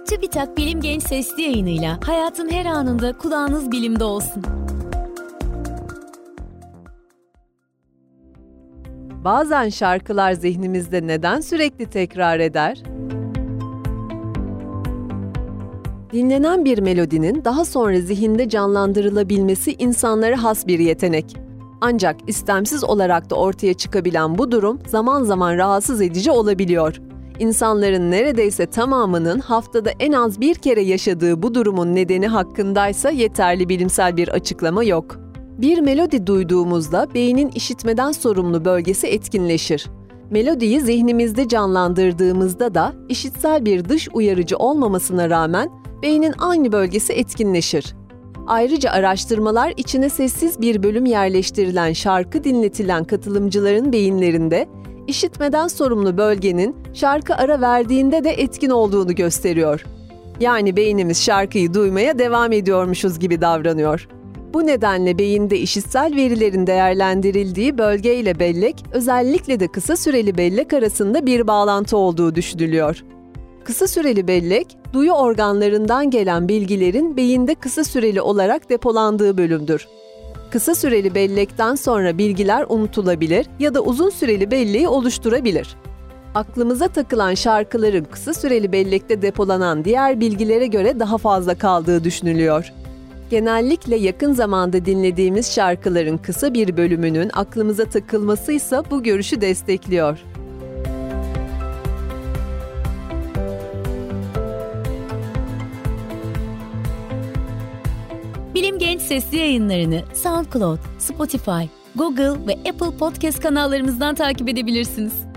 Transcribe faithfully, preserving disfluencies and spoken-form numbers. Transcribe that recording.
TÜBİTAK Bilim Genç Sesli Yayınıyla hayatın her anında kulağınız bilimde olsun. Bazen şarkılar zihnimizde neden sürekli tekrar eder? Dinlenen bir melodinin daha sonra zihinde canlandırılabilmesi insanlara has bir yetenek. Ancak istemsiz olarak da ortaya çıkabilen bu durum zaman zaman rahatsız edici olabiliyor. İnsanların neredeyse tamamının haftada en az bir kere yaşadığı bu durumun nedeni hakkındaysa yeterli bilimsel bir açıklama yok. Bir melodi duyduğumuzda beynin işitmeden sorumlu bölgesi etkinleşir. Melodiyi zihnimizde canlandırdığımızda da işitsel bir dış uyarıcı olmamasına rağmen beynin aynı bölgesi etkinleşir. Ayrıca araştırmalar içine sessiz bir bölüm yerleştirilen şarkı dinletilen katılımcıların beyinlerinde işitmeden sorumlu bölgenin şarkı ara verdiğinde de etkin olduğunu gösteriyor. Yani beynimiz şarkıyı duymaya devam ediyormuşuz gibi davranıyor. Bu nedenle beyinde işitsel verilerin değerlendirildiği bölge ile bellek, özellikle de kısa süreli bellek arasında bir bağlantı olduğu düşünülüyor. Kısa süreli bellek, duyu organlarından gelen bilgilerin beyinde kısa süreli olarak depolandığı bölümdür. Kısa süreli bellekten sonra bilgiler unutulabilir ya da uzun süreli belleği oluşturabilir. Aklımıza takılan şarkıların kısa süreli bellekte depolanan diğer bilgilere göre daha fazla kaldığı düşünülüyor. Genellikle yakın zamanda dinlediğimiz şarkıların kısa bir bölümünün aklımıza takılması ise bu görüşü destekliyor. Bilim Genç Sesli Yayınlarını SoundCloud, Spotify, Google ve Apple Podcast kanallarımızdan takip edebilirsiniz.